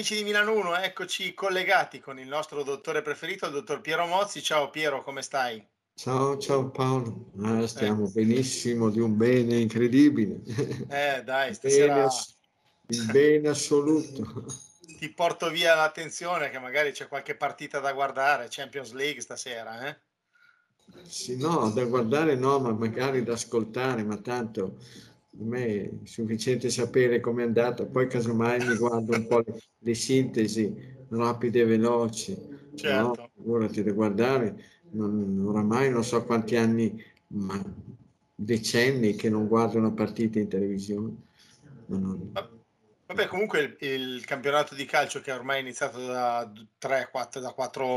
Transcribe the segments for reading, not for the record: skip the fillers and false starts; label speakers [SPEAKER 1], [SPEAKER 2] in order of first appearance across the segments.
[SPEAKER 1] amici di Milano 1, eccoci collegati con il nostro dottore preferito, il dottor Piero Mozzi. Ciao Piero, come stai?
[SPEAKER 2] Ciao, ciao Paolo.
[SPEAKER 1] Eh,
[SPEAKER 2] Stiamo benissimo, di un bene incredibile.
[SPEAKER 1] dai,
[SPEAKER 2] Bene
[SPEAKER 1] stasera
[SPEAKER 2] il bene assoluto.
[SPEAKER 1] ti porto via l'attenzione che magari c'è qualche partita da guardare, Champions League stasera, eh?
[SPEAKER 2] Sì, no, da guardare no, ma magari da ascoltare, ma tanto a me è sufficiente sapere com'è andata, poi casomai mi guardo un po' le sintesi rapide e veloci, no?
[SPEAKER 1] Certo.
[SPEAKER 2] Figurati da guardare, oramai non so quanti anni, ma decenni che non guardo una partita in televisione.
[SPEAKER 1] Va- Vabbè, comunque il campionato di calcio che ormai è iniziato da 3-4 da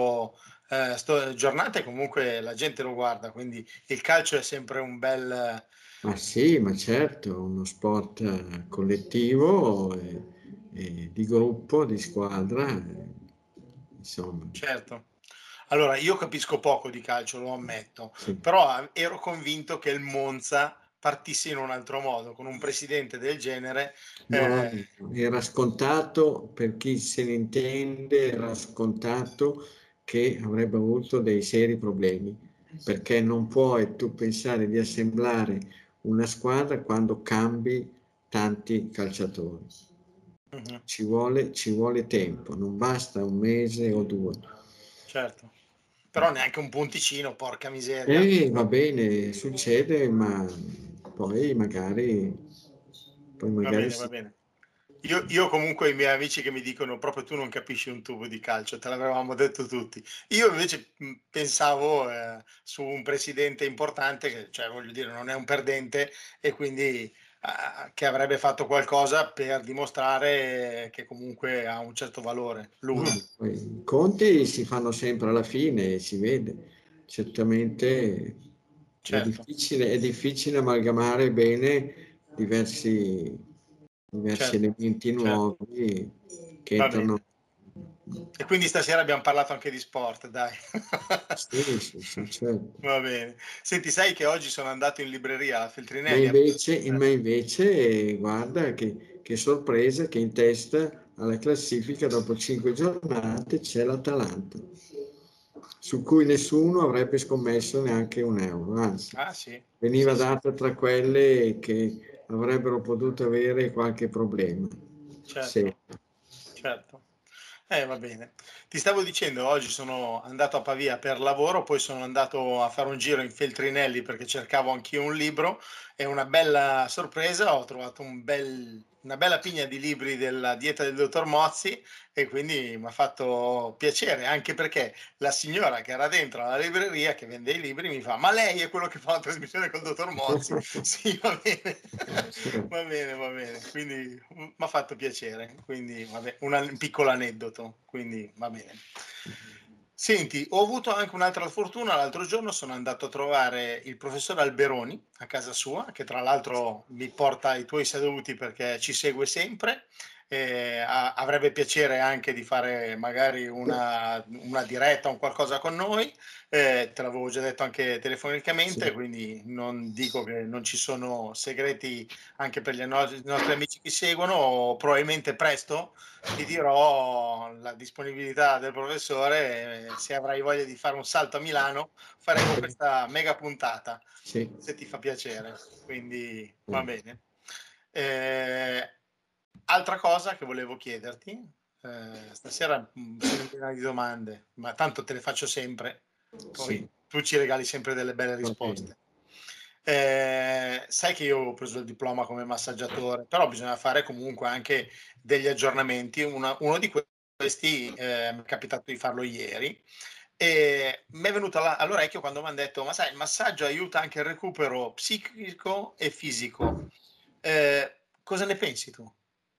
[SPEAKER 1] 4 giornate, comunque la gente lo guarda, quindi il calcio è sempre un bel...
[SPEAKER 2] Ma sì, ma certo, uno sport collettivo e di gruppo, di squadra, insomma,
[SPEAKER 1] Certo. Allora, io capisco poco di calcio, lo ammetto,
[SPEAKER 2] sì.
[SPEAKER 1] però ero convinto che il Monza partisse in un altro modo, con un presidente del genere.
[SPEAKER 2] No,
[SPEAKER 1] eh,
[SPEAKER 2] era scontato, per chi se ne intende, era scontato che avrebbe avuto dei seri problemi, perché non puoi tu pensare di assemblare una squadra quando cambi tanti calciatori.
[SPEAKER 1] mhm,
[SPEAKER 2] Ci vuole tempo, non basta un mese o due.
[SPEAKER 1] certo. Però neanche un punticino, porca miseria.
[SPEAKER 2] E va bene, succede, ma poi magari, poi
[SPEAKER 1] Va
[SPEAKER 2] magari
[SPEAKER 1] bene, va
[SPEAKER 2] sì.
[SPEAKER 1] bene. Io comunque i miei amici che mi dicono proprio tu non capisci un tubo di calcio, te l'avevamo detto tutti. Io invece pensavo su un presidente importante che, cioè voglio dire, non è un perdente e quindi che avrebbe fatto qualcosa per dimostrare che comunque ha un certo valore,
[SPEAKER 2] No,
[SPEAKER 1] lui.
[SPEAKER 2] poi i conti si fanno sempre alla fine, si vede. Certamente
[SPEAKER 1] Certo,
[SPEAKER 2] è difficile amalgamare bene diversi
[SPEAKER 1] certo,
[SPEAKER 2] elementi
[SPEAKER 1] certo.
[SPEAKER 2] nuovi che
[SPEAKER 1] Va
[SPEAKER 2] entrano.
[SPEAKER 1] bene. E quindi stasera abbiamo parlato anche di sport, dai.
[SPEAKER 2] Sì, sì, sì, certo.
[SPEAKER 1] Va bene. Senti, sai che oggi sono andato in libreria alla
[SPEAKER 2] Ma
[SPEAKER 1] Feltrinelli?
[SPEAKER 2] invece, ma invece guarda che sorpresa che in testa alla classifica dopo 5 giornate c'è l'Atalanta, su cui nessuno avrebbe scommesso neanche un euro, anzi,
[SPEAKER 1] Ah sì,
[SPEAKER 2] veniva
[SPEAKER 1] sì, sì,
[SPEAKER 2] data tra quelle che avrebbero potuto avere qualche problema. Sì.
[SPEAKER 1] certo, certo. Va bene. Ti stavo dicendo, oggi sono andato a Pavia per lavoro, poi sono andato a fare un giro in Feltrinelli perché cercavo anch'io un libro e una bella sorpresa, ho trovato una bella pigna di libri della dieta del dottor Mozzi e quindi mi ha fatto piacere, anche perché la signora che era dentro alla libreria che vende i libri mi fa: "Ma lei è quello che fa la trasmissione col dottor Mozzi?" Sì, va bene. Va bene, va bene. Quindi m'ha fatto piacere. Quindi vabbè, un piccolo aneddoto, quindi va bene. Senti, ho avuto anche un'altra fortuna. L'altro giorno sono andato a trovare il professor Alberoni a casa sua, che tra l'altro mi porta i tuoi saluti perché ci segue sempre. Avrebbe piacere anche di fare magari una diretta, un qualcosa con noi. Te l'avevo già detto anche telefonicamente,
[SPEAKER 2] Sì.
[SPEAKER 1] quindi non dico che non ci sono segreti anche per i nostri amici che seguono. Probabilmente presto ti dirò la disponibilità del professore, se avrai voglia di fare un salto a Milano, faremo questa mega puntata,
[SPEAKER 2] Sì.
[SPEAKER 1] se ti fa piacere. Quindi va
[SPEAKER 2] Eh,
[SPEAKER 1] bene. Eh, Altra cosa che volevo chiederti, stasera sono piena di domande, ma tanto te le faccio sempre, poi
[SPEAKER 2] sì,
[SPEAKER 1] tu ci regali sempre delle belle
[SPEAKER 2] va bene.
[SPEAKER 1] risposte. Sai che io ho preso il diploma come massaggiatore, però bisogna fare comunque anche degli aggiornamenti. Uno di questi mi è capitato di farlo ieri e mi è venuto all'orecchio quando mi hanno detto: Ma sai, il massaggio aiuta anche il recupero psichico e fisico. Cosa ne pensi tu?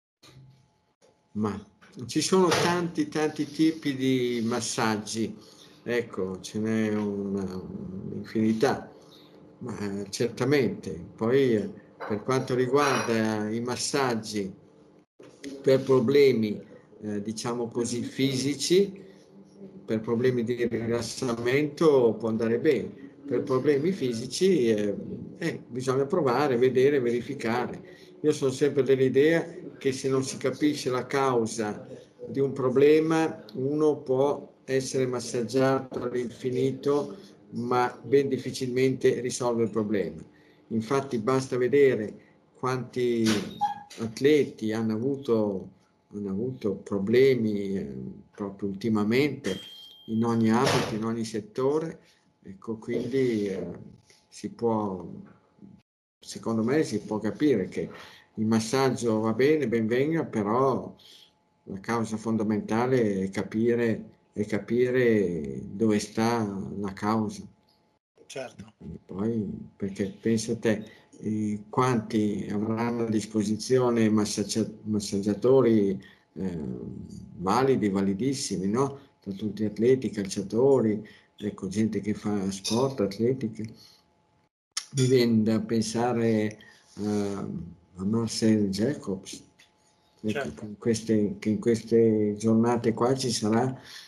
[SPEAKER 2] Ma ci sono tanti, tanti tipi di massaggi, ecco, ce n'è un'infinità, ma certamente. Poi per quanto riguarda i massaggi per problemi, diciamo così, fisici, per problemi di rilassamento può andare bene. Per problemi fisici bisogna provare, vedere, verificare. Io sono sempre dell'idea che se non si capisce la causa di un problema uno può essere massaggiato all'infinito, ma ben difficilmente risolve il problema. Infatti basta vedere quanti atleti hanno avuto problemi proprio ultimamente in ogni ambito, in ogni settore. Ecco, quindi secondo me si può capire che il massaggio va bene, ben venga, però la causa fondamentale è capire dove sta la causa.
[SPEAKER 1] Certo.
[SPEAKER 2] E poi, perché pensa te, quanti avranno a disposizione massaggiatori validi, validissimi, no? Tra tutti atleti, calciatori, ecco, gente che fa sport, atletica. Mi viene da pensare a Marcel Jacobs, ecco,
[SPEAKER 1] Certo.
[SPEAKER 2] che in queste giornate qua ci sarà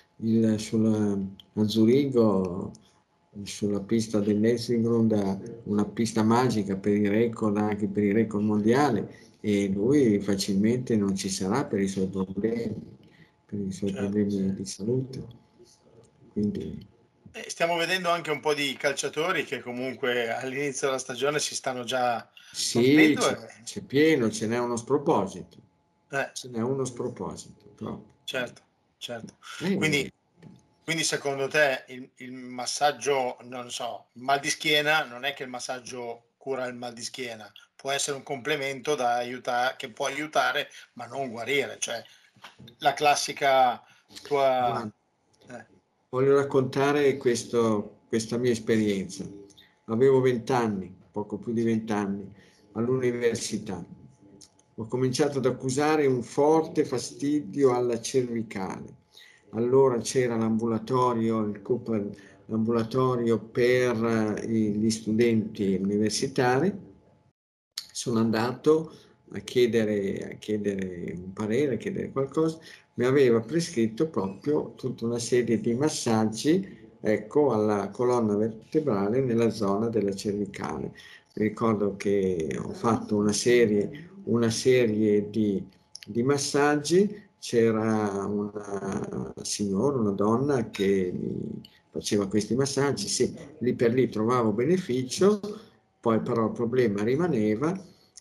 [SPEAKER 2] a Zurigo, sulla pista del Nesselgrund, una pista magica per i record, anche per il record mondiale, e lui facilmente non ci sarà per i suoi problemi,
[SPEAKER 1] Certo.
[SPEAKER 2] di salute. Quindi
[SPEAKER 1] Stiamo vedendo anche un po' di calciatori che comunque all'inizio della stagione si stanno già
[SPEAKER 2] sì,
[SPEAKER 1] rompendo.
[SPEAKER 2] c'è pieno, ce n'è uno sproposito.
[SPEAKER 1] Eh,
[SPEAKER 2] Ce n'è uno sproposito proprio.
[SPEAKER 1] certo, certo.
[SPEAKER 2] Eh,
[SPEAKER 1] Quindi secondo te il massaggio, non so, il mal di schiena non è che il massaggio cura il mal di schiena, può essere un complemento da aiutare, che può aiutare ma non guarire, cioè la classica tua...
[SPEAKER 2] guarda,
[SPEAKER 1] eh,
[SPEAKER 2] voglio raccontare questa mia esperienza. Avevo 20 anni, poco più di
[SPEAKER 1] sì,
[SPEAKER 2] 20 anni, all'università. Ho cominciato ad accusare un forte fastidio alla cervicale. Allora c'era l'ambulatorio, l'ambulatorio per gli studenti universitari. Sono andato a chiedere un parere, a chiedere qualcosa. Mi aveva prescritto proprio tutta una serie di massaggi, ecco, alla colonna vertebrale nella zona della cervicale. Mi ricordo che ho fatto una serie di massaggi, c'era una signora, una donna che mi faceva questi massaggi, sì, lì per lì trovavo beneficio, poi però il problema rimaneva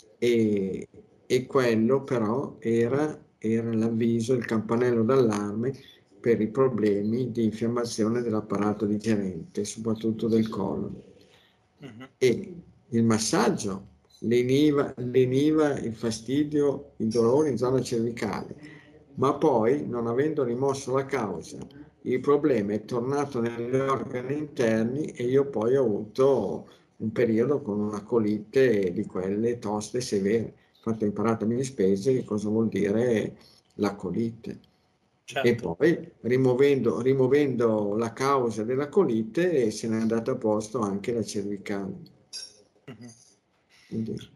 [SPEAKER 2] e quello però era l'avviso, il campanello d'allarme per i problemi di infiammazione dell'apparato digerente, soprattutto del colon.
[SPEAKER 1] mhm,
[SPEAKER 2] E il massaggio leniva il fastidio, il dolore in zona cervicale, ma poi, non avendo rimosso la causa, il problema è tornato negli organi interni e io poi ho avuto un periodo con una colite di quelle toste severe. Infatti ho imparato a mie spese che cosa vuol dire la colite. E
[SPEAKER 1] certo.
[SPEAKER 2] poi rimuovendo la causa della colite se n'è andata a posto anche la cervicale.
[SPEAKER 1] Mhm.
[SPEAKER 2] Quindi,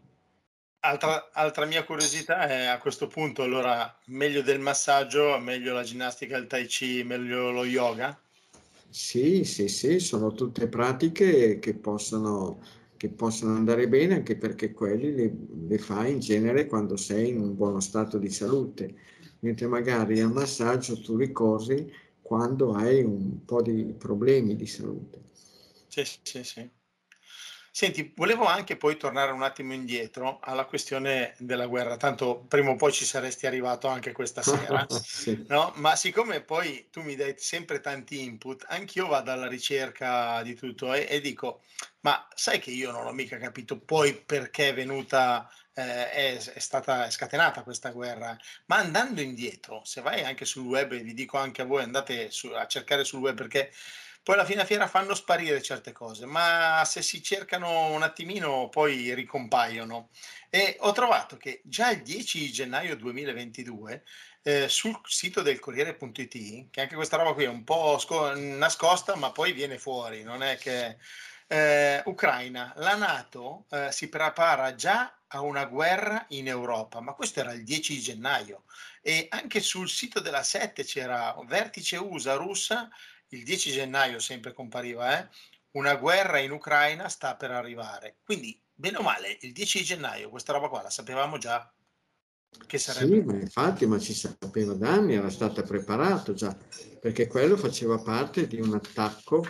[SPEAKER 1] Altra mia curiosità è a questo punto, allora, meglio del massaggio, meglio la ginnastica, il tai chi, meglio lo yoga?
[SPEAKER 2] sì, sì, sì, sono tutte pratiche che possono andare bene anche perché quelli le fai in genere quando sei in un buono stato di salute, mentre magari al massaggio tu ricorri quando hai un po' di problemi di salute.
[SPEAKER 1] Sì, sì, sì. Senti, volevo anche poi tornare un attimo indietro alla questione della guerra, tanto prima o poi ci saresti arrivato anche questa sera,
[SPEAKER 2] Sì.
[SPEAKER 1] no? Ma siccome poi tu mi dai sempre tanti input, anch'io vado alla ricerca di tutto e dico, ma sai che io non ho mica capito poi perché è venuta, è stata scatenata questa guerra, ma andando indietro, se vai anche sul web, e vi dico anche a voi, andate a cercare sul web perché poi alla fine fiera fanno sparire certe cose, ma se si cercano un attimino poi ricompaiono. E ho trovato che già il 10 gennaio 2022 sul sito del Corriere.it, che anche questa roba qui è un po' nascosta, ma poi viene fuori, non è che Ucraina, la NATO si prepara già a una guerra in Europa, ma questo era il 10 gennaio e anche sul sito della 7 c'era vertice USA-Russia il 10 gennaio sempre compariva, una guerra in Ucraina sta per arrivare. Quindi, bene o male, il 10 gennaio questa roba qua la sapevamo già. Che
[SPEAKER 2] Sì,
[SPEAKER 1] sarebbe?
[SPEAKER 2] ma infatti, ma ci sapeva da anni, era stata preparato già, perché quello faceva parte di un attacco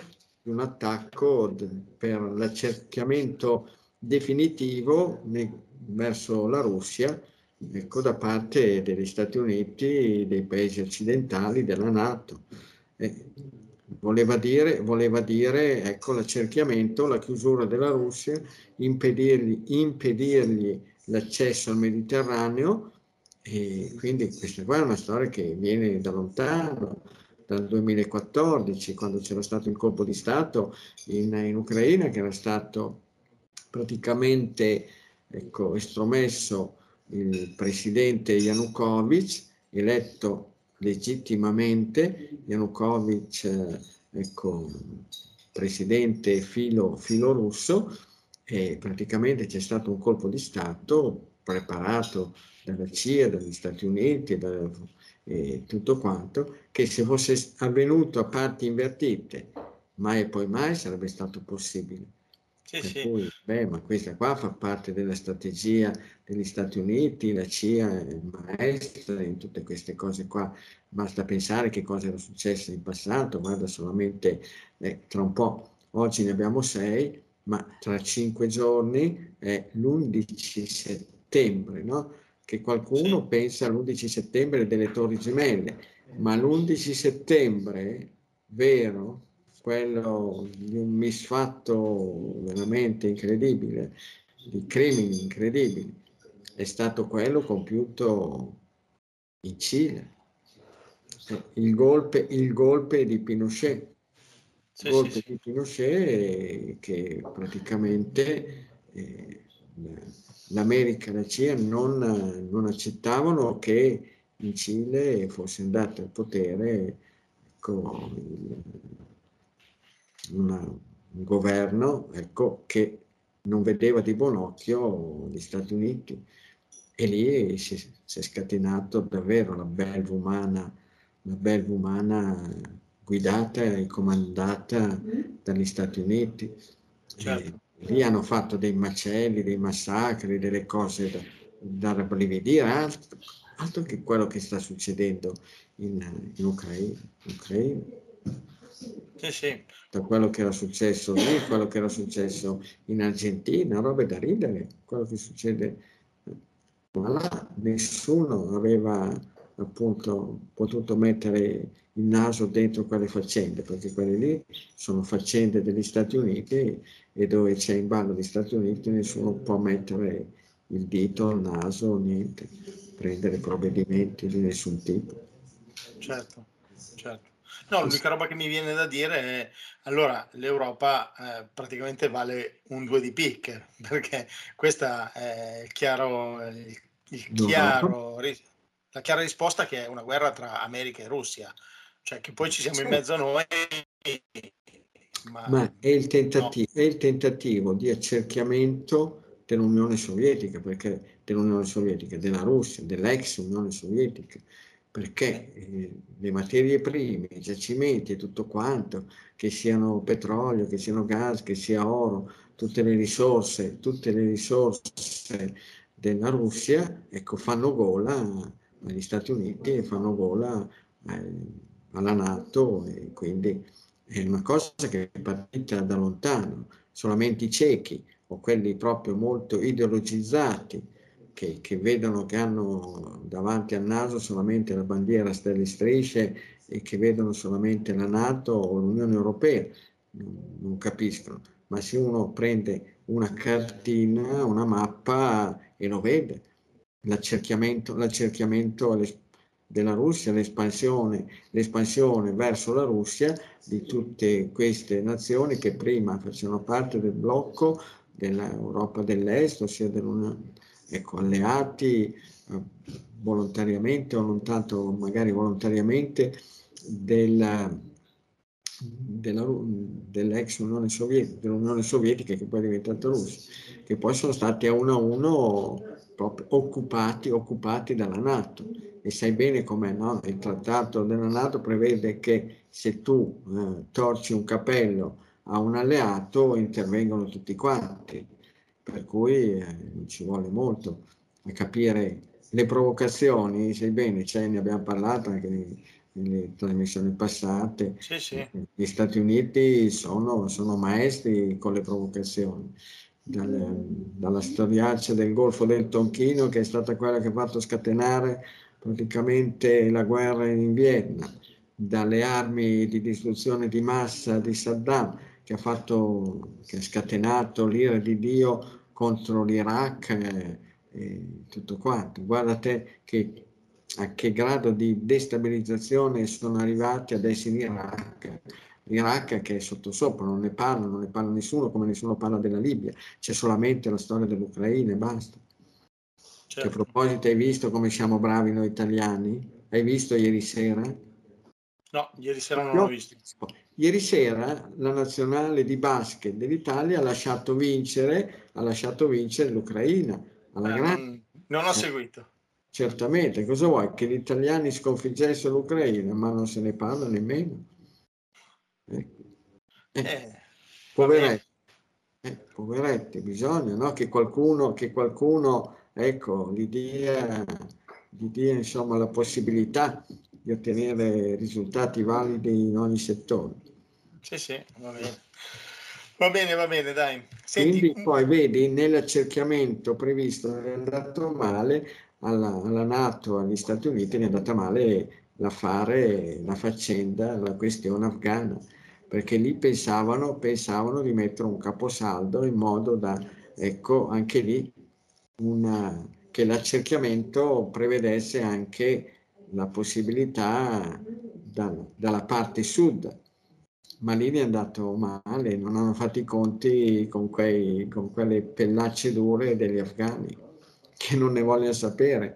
[SPEAKER 2] per l'accerchiamento definitivo verso la Russia, ecco, da parte degli Stati Uniti, dei paesi occidentali, della NATO. Voleva dire, ecco, l'accerchiamento, la chiusura della Russia, impedirgli l'accesso al Mediterraneo. E quindi questa qua è una storia che viene da lontano, dal 2014, quando c'era stato il colpo di Stato in Ucraina, che era stato praticamente, ecco, estromesso il presidente Yanukovych, eletto legittimamente. Yanukovych, ecco, presidente filo russo, e praticamente c'è stato un colpo di Stato preparato dalla CIA, dagli Stati Uniti e tutto quanto, che se fosse avvenuto a parti invertite, mai e poi mai sarebbe stato possibile.
[SPEAKER 1] Sì,
[SPEAKER 2] Per
[SPEAKER 1] sì,
[SPEAKER 2] cui, ma questa qua fa parte della strategia degli Stati Uniti, la CIA è maestra in tutte queste cose qua. Basta pensare che cosa era successo in passato, guarda solamente, tra un po', oggi ne abbiamo 6, ma tra 5 giorni è l'11 settembre, no? Che
[SPEAKER 1] sì,
[SPEAKER 2] qualcuno pensa all'11 settembre delle Torri Gemelle, ma l'11 settembre, vero, quello di un misfatto veramente incredibile, di crimini incredibili, è stato quello compiuto in Cile. Il golpe di Pinochet,
[SPEAKER 1] sì, sì, sì.
[SPEAKER 2] che praticamente l'America e la CIA non accettavano che in Cile fosse andato al potere con un governo, ecco, che non vedeva di buon occhio gli Stati Uniti. E lì si è scatenato davvero la belva umana guidata e comandata dagli Stati Uniti. E
[SPEAKER 1] Certo.
[SPEAKER 2] lì hanno fatto dei macelli, dei massacri, delle cose da rabbrividire, altro che quello che sta succedendo in Ucraina.
[SPEAKER 1] Sì, sì.
[SPEAKER 2] Da quello che era successo lì, quello che era successo in Argentina, robe da ridere, quello che succede, ma là nessuno aveva appunto potuto mettere il naso dentro quelle faccende, perché quelle lì sono faccende degli Stati Uniti, e dove c'è in ballo gli Stati Uniti nessuno può mettere il dito, il naso, niente, prendere provvedimenti di nessun tipo.
[SPEAKER 1] Certo, certo. No, l'unica roba che mi viene da dire è, allora l'Europa praticamente vale un 2 di picche, perché questa è
[SPEAKER 2] L'Europa.
[SPEAKER 1] la chiara risposta che è una guerra tra America e Russia, cioè che poi ci siamo in mezzo a noi, ma
[SPEAKER 2] Ma
[SPEAKER 1] no,
[SPEAKER 2] è il tentativo di accerchiamento dell'Unione Sovietica, della Russia, dell'ex Unione Sovietica,
[SPEAKER 1] sì,
[SPEAKER 2] perché le materie prime, i giacimenti e tutto quanto, che siano petrolio, che siano gas, che sia oro, tutte le risorse della Russia, ecco, fanno gola agli Stati Uniti e fanno gola alla NATO, e quindi è una cosa che è partita da lontano. Solamente i ciechi o quelli proprio molto ideologizzati che vedono, che hanno davanti al naso solamente la bandiera a stelle e strisce, e che vedono solamente la NATO o l'Unione Europea, non capiscono. Ma se uno prende una cartina, una mappa, e lo vede, l'accerchiamento della Russia, l'espansione verso la Russia di tutte queste nazioni che prima facevano parte del blocco dell'Europa dell'Est, ossia ecco, alleati volontariamente o non tanto magari volontariamente dell'ex dell'Unione Sovietica, che poi è diventata Russia, che poi sono stati a uno proprio occupati dalla NATO. E sai bene com'è, no? Il trattato della NATO prevede che se tu torci un capello a un alleato intervengono tutti quanti, per cui non ci vuole molto a capire le provocazioni, sebbene ne abbiamo parlato anche nelle trasmissioni passate,
[SPEAKER 1] Sì, sì.
[SPEAKER 2] gli Stati Uniti sono maestri con le provocazioni. Dalla storiaccia del Golfo del Tonchino, che è stata quella che ha fatto scatenare praticamente la guerra in Vietnam, dalle armi di distruzione di massa di Saddam, che ha scatenato l'ira di Dio contro l'Iraq, e tutto quanto. Guarda te a che grado di destabilizzazione sono arrivati adesso in Iraq. L'Iraq che è sottosopra, non ne parla nessuno, come nessuno parla della Libia, c'è solamente la storia dell'Ucraina e basta. Che a
[SPEAKER 1] Certo.
[SPEAKER 2] proposito, hai visto come siamo bravi noi italiani? Hai visto ieri sera?
[SPEAKER 1] No, ieri sera non ho visto.
[SPEAKER 2] Ieri sera la nazionale di basket dell'Italia ha lasciato vincere l'Ucraina alla grande.
[SPEAKER 1] Non ho seguito.
[SPEAKER 2] Certamente, cosa vuoi? Che gli italiani sconfiggessero l'Ucraina, ma non se ne parla nemmeno. Ecco.
[SPEAKER 1] Va bene.
[SPEAKER 2] Poveretti, bisogna, no? Che qualcuno, ecco, gli dia insomma la possibilità di ottenere risultati validi in ogni settore.
[SPEAKER 1] Sì, sì, va bene. Va bene, dai. Senti,
[SPEAKER 2] Quindi poi vedi, nell'accerchiamento previsto è andato male alla NATO, agli Stati Uniti, è andata male l'affare, la faccenda, la questione afghana, perché lì pensavano di mettere un caposaldo in modo da, ecco, anche lì che l'accerchiamento prevedesse anche la possibilità dalla parte sud, ma lì è andato male, non hanno fatto i conti con quelle pellacce dure degli afghani, che non ne vogliono sapere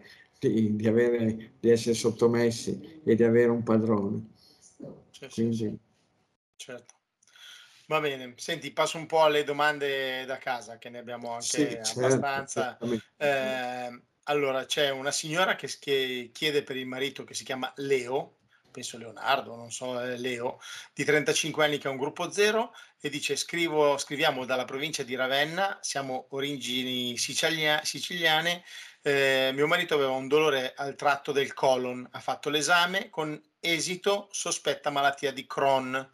[SPEAKER 2] di essere sottomessi e di avere un padrone.
[SPEAKER 1] sì, sì, sì,
[SPEAKER 2] Quindi,
[SPEAKER 1] certo. Va bene, senti, passo un po' alle domande da casa, che ne abbiamo
[SPEAKER 2] sì,
[SPEAKER 1] anche
[SPEAKER 2] certo,
[SPEAKER 1] abbastanza.
[SPEAKER 2] certamente.
[SPEAKER 1] Allora, c'è una signora che chiede per il marito che si chiama Leo, penso Leonardo, non so, Leo, di 35 anni che ha un gruppo zero e dice scriviamo dalla provincia di Ravenna, siamo origini siciliane, mio marito aveva un dolore al tratto del colon, ha fatto l'esame con esito sospetta malattia di Crohn.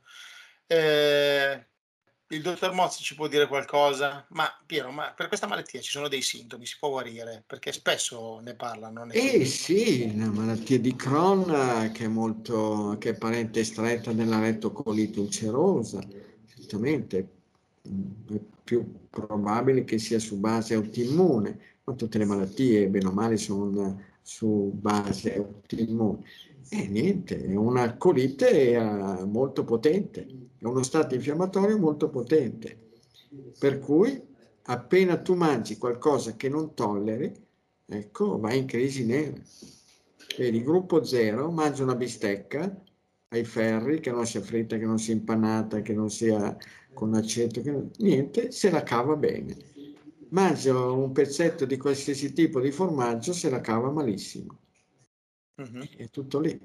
[SPEAKER 1] Eh, il dottor Mozzi ci può dire qualcosa? Ma Piero, ma per questa malattia ci sono dei sintomi, si può guarire? Perché spesso ne parlano nei
[SPEAKER 2] Eh
[SPEAKER 1] film, no?
[SPEAKER 2] sì, la malattia di Crohn che è parente stretta della rettocolite ulcerosa, certamente è più probabile che sia su base autoimmune, ma tutte le malattie, bene o male, sono su base autoimmune. E niente, è una colite molto potente, è uno stato infiammatorio molto potente, per cui appena tu mangi qualcosa che non tolleri, ecco, vai in crisi nera. Vedi, gruppo zero, mangia una bistecca ai ferri, che non sia fritta, che non sia impannata, che non sia con aceto, niente, se la cava bene. Mangia un pezzetto di qualsiasi tipo di formaggio, se la cava malissimo.
[SPEAKER 1] Mhm.
[SPEAKER 2] È tutto lì.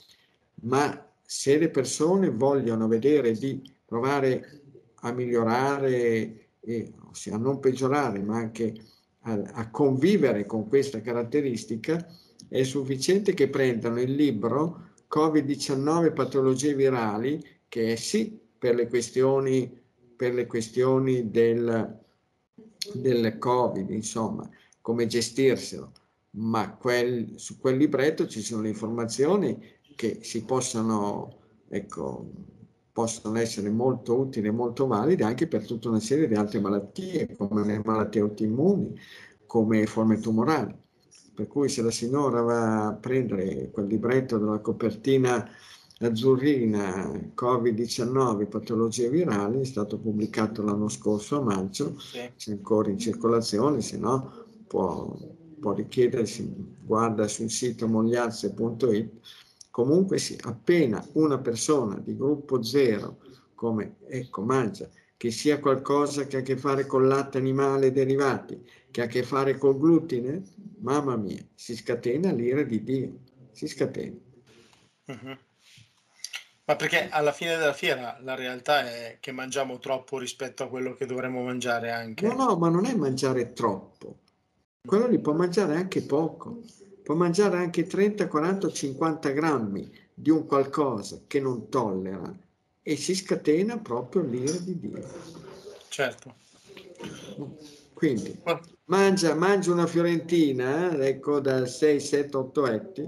[SPEAKER 2] Ma se le persone vogliono vedere di provare a migliorare, ossia a non peggiorare, ma anche a convivere con questa caratteristica, è sufficiente che prendano il libro Covid-19 patologie virali, che è sì per le questioni del Covid, insomma, come gestirselo, ma su quel libretto ci sono le informazioni che ecco, possono essere molto utili e molto valide anche per tutta una serie di altre malattie, come le malattie autoimmuni, come forme tumorali. Per cui se la signora va a prendere quel libretto della copertina azzurrina Covid-19 patologie virali, è stato pubblicato l'anno scorso a maggio,
[SPEAKER 1] Sì.
[SPEAKER 2] c'è ancora in circolazione, se no può richiedersi, guarda sul sito mogliazze.it. Comunque sì, appena una persona di gruppo zero, come ecco, mangia, che sia qualcosa che ha a che fare con latte animale e derivati, che ha a che fare col glutine, mamma mia, si scatena l'ira di Dio, si scatena.
[SPEAKER 1] Mhm. Ma perché alla fine della fiera la realtà è che mangiamo troppo rispetto a quello che dovremmo mangiare
[SPEAKER 2] No,
[SPEAKER 1] anche.
[SPEAKER 2] no, ma non è mangiare troppo, quello li può mangiare anche poco, può mangiare anche 30, 40, 50 grammi di un qualcosa che non tollera e si scatena proprio l'ira di Dio.
[SPEAKER 1] Certo.
[SPEAKER 2] Quindi mangia una fiorentina, ecco, da 6, 7, 8 etti,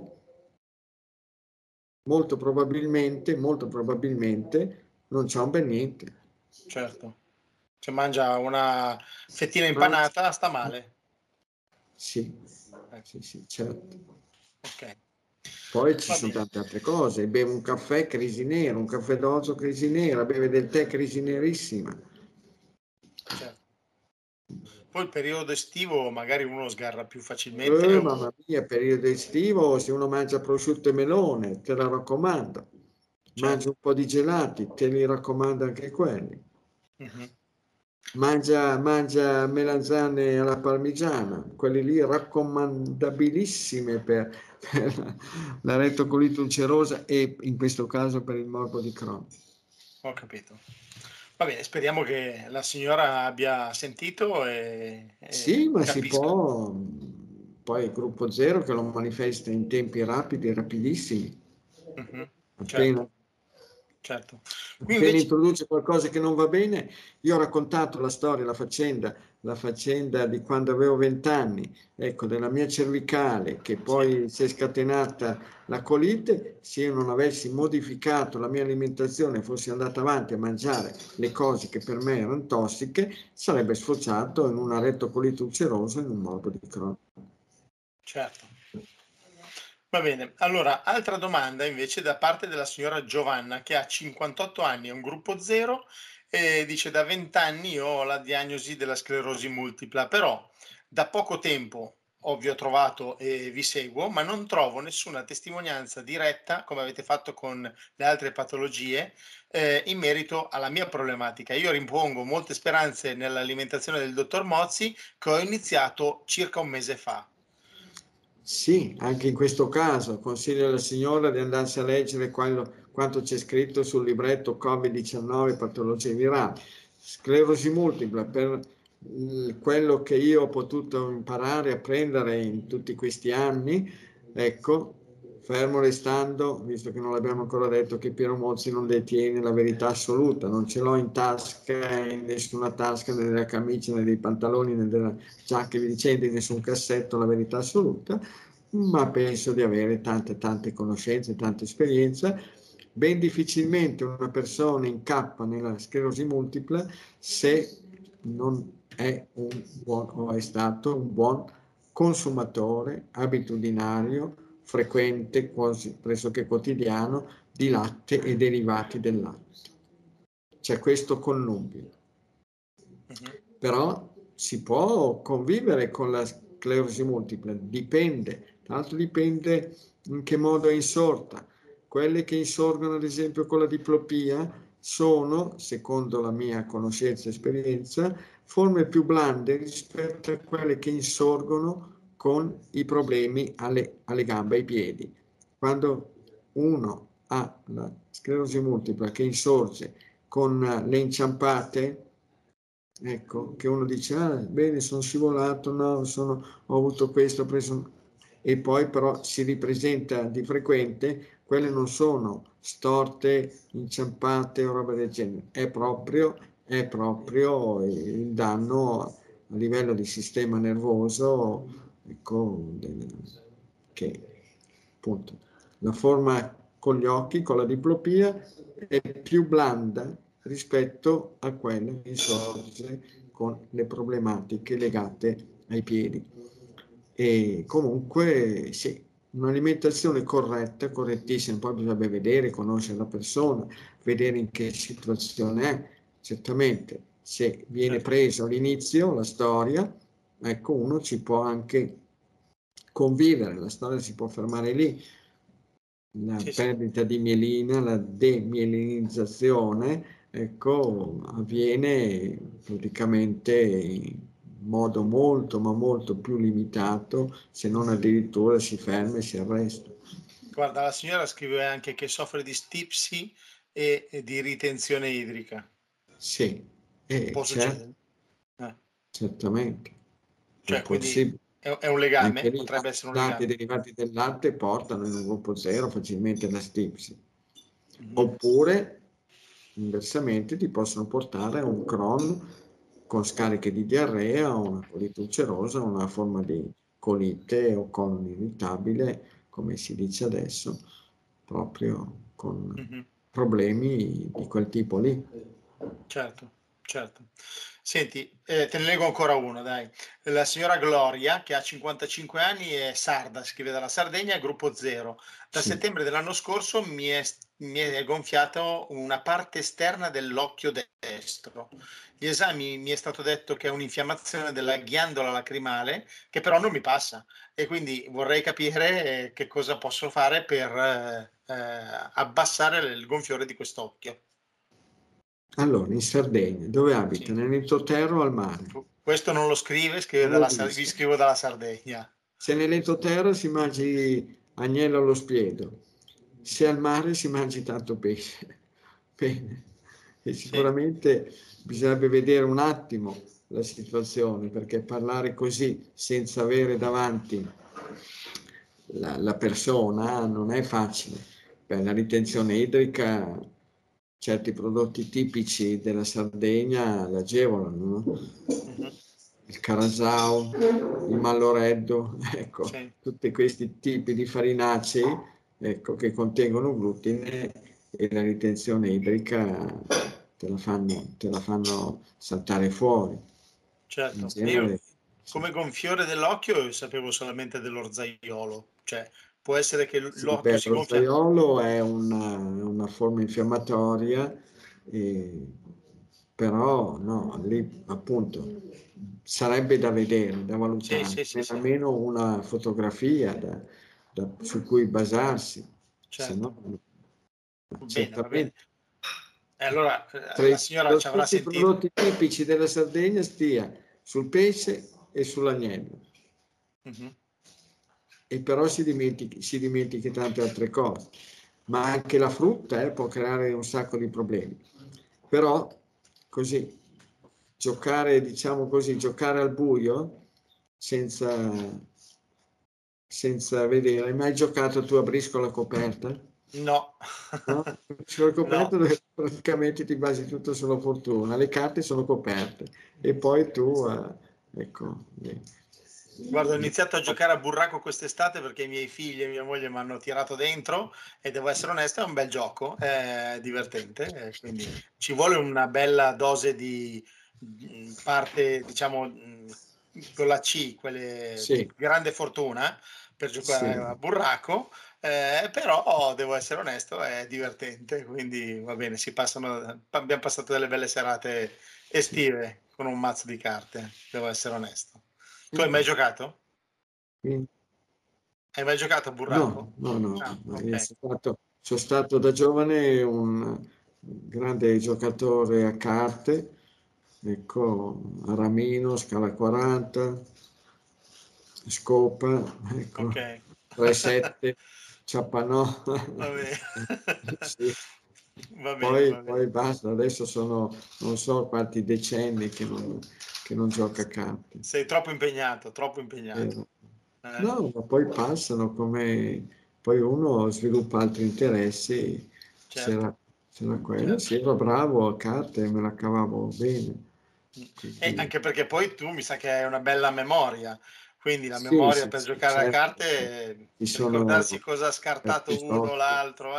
[SPEAKER 2] molto probabilmente non c'ha un bel niente.
[SPEAKER 1] Certo. Se mangia una fettina impanata sta male.
[SPEAKER 2] Sì, sì, certo.
[SPEAKER 1] Ok.
[SPEAKER 2] Poi ci sono tante altre cose, beve un caffè crisi nera, un caffè d'orzo crisi nera, beve del tè crisi nerissima.
[SPEAKER 1] Certo. Poi il periodo estivo magari uno sgarra più facilmente.
[SPEAKER 2] Mamma mia, periodo estivo, se uno mangia prosciutto e melone, te la raccomando. Mangia un po' di gelati, te li raccomando anche quelli. Mangia melanzane alla parmigiana, quelli lì raccomandabilissime per la rettocolite ulcerosa e in questo caso per il morbo di Crohn.
[SPEAKER 1] Ho capito. Va bene, speriamo che la signora abbia sentito
[SPEAKER 2] Sì, ma si
[SPEAKER 1] capisca.
[SPEAKER 2] può, poi il gruppo zero che lo manifesta in tempi rapidi, rapidissimi. Appena,
[SPEAKER 1] Certo. Qui
[SPEAKER 2] appena
[SPEAKER 1] invece
[SPEAKER 2] introduce qualcosa che non va bene, io ho raccontato la storia, la faccenda di quando avevo 20 anni, ecco, della mia cervicale, che poi si è scatenata la colite. Se io non avessi modificato la mia alimentazione, fossi andato avanti a mangiare le cose che per me erano tossiche, sarebbe sfociato in una rettocolite ulcerosa, in un morbo di Crohn.
[SPEAKER 1] certo. Va bene, allora, altra domanda invece da parte della signora Giovanna che ha 58 anni, è un gruppo zero e dice da 20 anni io ho la diagnosi della sclerosi multipla, però da poco tempo, ovvio, ho trovato e vi seguo, ma non trovo nessuna testimonianza diretta, come avete fatto con le altre patologie, in merito alla mia problematica. Io rimpongo molte speranze nell'alimentazione del dottor Mozzi che ho iniziato circa un mese fa.
[SPEAKER 2] Sì, anche in questo caso consiglio alla signora di andarsi a leggere quanto c'è scritto sul libretto Covid-19 patologie virali. Sclerosi multipla, per quello che io ho potuto imparare a prendere in tutti questi anni, ecco, fermo restando, visto che non l'abbiamo ancora detto, che Piero Mozzi non detiene la verità assoluta, non ce l'ho in tasca, in nessuna tasca, né nella camicia, né dei pantaloni, né della giacca, vi dicendo, in nessun cassetto la verità assoluta, ma penso di avere tante conoscenze, tanta esperienza. Ben difficilmente una persona incappa nella sclerosi multipla se non è un buon o è stato un buon consumatore abitudinario, frequente, quasi pressoché quotidiano, di latte e derivati del latte. C'è questo connubio. Però si può convivere con la sclerosi multipla, dipende, tra l'altro dipende in che modo è insorta. Quelle che insorgono ad esempio con la diplopia sono, secondo la mia conoscenza e esperienza, forme più blande rispetto a quelle che insorgono con i problemi alle gambe e ai piedi. Quando uno ha la sclerosi multipla che insorge con le inciampate, ecco, che uno dice, bene, sono scivolato, no, ho avuto questo, ho preso, e poi però si ripresenta di frequente, quelle non sono storte, inciampate o roba del genere, è proprio il danno a livello di sistema nervoso, ecco, che appunto la forma con gli occhi, con la diplopia, è più blanda rispetto a quella che sorge con le problematiche legate ai piedi. E comunque sì, un'alimentazione corretta, correttissima, poi bisogna vedere, conoscere la persona, vedere in che situazione è. Certamente, se viene preso all'inizio la storia, ecco, uno ci può anche convivere, la storia si può fermare lì. La perdita di mielina, la demielinizzazione, ecco, avviene praticamente in modo molto, ma molto più limitato, se non addirittura si ferma e si arresta.
[SPEAKER 1] Guarda, la signora scrive anche che soffre di stipsi e di ritenzione idrica.
[SPEAKER 2] Sì,
[SPEAKER 1] Può succedere?
[SPEAKER 2] certamente, è
[SPEAKER 1] Cioè, quindi
[SPEAKER 2] possibile.
[SPEAKER 1] È un legame?
[SPEAKER 2] Anche lì
[SPEAKER 1] Potrebbe essere un
[SPEAKER 2] lati
[SPEAKER 1] legame.
[SPEAKER 2] derivati del latte portano in un gruppo 0 facilmente la stipsi.
[SPEAKER 1] Mhm.
[SPEAKER 2] Oppure, inversamente, ti possono portare a un Crohn con scariche di diarrea, una colite ulcerosa, una forma di colite o colon irritabile, come si dice adesso, proprio con
[SPEAKER 1] Mhm.
[SPEAKER 2] problemi di quel tipo lì.
[SPEAKER 1] Certo, certo. Senti, te ne leggo ancora uno, dai. La signora Gloria, che ha 55 anni, è sarda, scrive dalla Sardegna, gruppo 0. Da
[SPEAKER 2] Sì.
[SPEAKER 1] settembre dell'anno scorso mi è gonfiato una parte esterna dell'occhio destro. Gli esami mi è stato detto che è un'infiammazione della ghiandola lacrimale, che però non mi passa. E quindi vorrei capire che cosa posso fare per abbassare il gonfiore di quest'occhio.
[SPEAKER 2] Allora, in Sardegna, dove abita?
[SPEAKER 1] Sì.
[SPEAKER 2] Nell'entroterra o al mare?
[SPEAKER 1] Questo non lo scrive,
[SPEAKER 2] Non lo
[SPEAKER 1] vi
[SPEAKER 2] dice.
[SPEAKER 1] scrivo dalla Sardegna.
[SPEAKER 2] Se nell'entroterra si mangi agnello allo spiedo, se al mare si mangi tanto pesce. Bene. E
[SPEAKER 1] Sì,
[SPEAKER 2] sicuramente bisognerebbe vedere un attimo la situazione, perché parlare così senza avere davanti la persona non è facile. Per la ritenzione idrica certi prodotti tipici della Sardegna l'agevolano, no?
[SPEAKER 1] mhm,
[SPEAKER 2] Il carasau, il malloreddo, ecco,
[SPEAKER 1] sì,
[SPEAKER 2] tutti questi tipi di farinacei, ecco, che contengono glutine e la ritenzione idrica te la fanno saltare fuori. In
[SPEAKER 1] certo. E io
[SPEAKER 2] genere, sì.
[SPEAKER 1] come gonfiore dell'occhio sapevo solamente dell'orzaiolo, cioè può essere che
[SPEAKER 2] Sì,
[SPEAKER 1] l'occhio
[SPEAKER 2] beh,
[SPEAKER 1] si
[SPEAKER 2] lo
[SPEAKER 1] gonfia.
[SPEAKER 2] zoiolo è una forma infiammatoria, però no, lì appunto sarebbe da vedere, da
[SPEAKER 1] Sì,
[SPEAKER 2] valutare,
[SPEAKER 1] sì, sì, sì,
[SPEAKER 2] almeno una fotografia su cui basarsi, se no
[SPEAKER 1] certo. Bene, va bene.
[SPEAKER 2] certamente
[SPEAKER 1] E allora
[SPEAKER 2] tra
[SPEAKER 1] la signora ci avrà
[SPEAKER 2] tutti i
[SPEAKER 1] sentito.
[SPEAKER 2] prodotti tipici della Sardegna stia sul pesce e sull'agnello.
[SPEAKER 1] Mhm,
[SPEAKER 2] E però si dimentica tante altre cose, ma anche la frutta può creare un sacco di problemi. Però così, giocare, diciamo così, giocare al buio senza vedere. Hai mai giocato tu a briscola coperta?
[SPEAKER 1] no,
[SPEAKER 2] No? A briscola
[SPEAKER 1] no.
[SPEAKER 2] coperta dove praticamente ti basi tutto sulla fortuna, le carte sono coperte e poi tu, ecco,
[SPEAKER 1] Guarda, ho iniziato a giocare a burraco quest'estate perché i miei figli e mia moglie mi hanno tirato dentro e devo essere onesto, è un bel gioco, è divertente, quindi ci vuole una bella dose di parte, diciamo, con la C, quelle di
[SPEAKER 2] sì,
[SPEAKER 1] grande fortuna per giocare
[SPEAKER 2] sì.
[SPEAKER 1] a burraco, però devo essere onesto, è divertente, quindi va bene, abbiamo passato delle belle serate
[SPEAKER 2] Sì.
[SPEAKER 1] estive con un mazzo di carte, devo essere onesto. Tu hai mai
[SPEAKER 2] Mm.
[SPEAKER 1] giocato?
[SPEAKER 2] Quindi,
[SPEAKER 1] Hai mai giocato a burraco?
[SPEAKER 2] no, no, no,
[SPEAKER 1] Ah,
[SPEAKER 2] no, io
[SPEAKER 1] ok.
[SPEAKER 2] sono stato da giovane un grande giocatore a carte, ecco, a Ramino, Scala 40, Scopa, ecco,
[SPEAKER 1] Ok.
[SPEAKER 2] 3-7, Ciappanò,
[SPEAKER 1] Va bene.
[SPEAKER 2] sì.
[SPEAKER 1] Va bene,
[SPEAKER 2] Poi,
[SPEAKER 1] va bene.
[SPEAKER 2] poi basta, adesso sono non so quanti decenni che non gioca a carte.
[SPEAKER 1] Sei troppo impegnato, troppo impegnato.
[SPEAKER 2] Vero.
[SPEAKER 1] Eh?
[SPEAKER 2] No, ma poi passano come poi uno sviluppa altri interessi,
[SPEAKER 1] Certo,
[SPEAKER 2] c'era quello,
[SPEAKER 1] certo.
[SPEAKER 2] sì, ero bravo a carte, me la cavavo bene.
[SPEAKER 1] E
[SPEAKER 2] Quindi,
[SPEAKER 1] anche perché poi tu mi sa che hai una bella memoria, quindi la
[SPEAKER 2] sì,
[SPEAKER 1] memoria
[SPEAKER 2] sì,
[SPEAKER 1] per
[SPEAKER 2] sì,
[SPEAKER 1] giocare a
[SPEAKER 2] certo,
[SPEAKER 1] carte,
[SPEAKER 2] ci sono
[SPEAKER 1] ricordarsi cosa ha
[SPEAKER 2] certi
[SPEAKER 1] scartato uno o
[SPEAKER 2] giochi,
[SPEAKER 1] l'altro,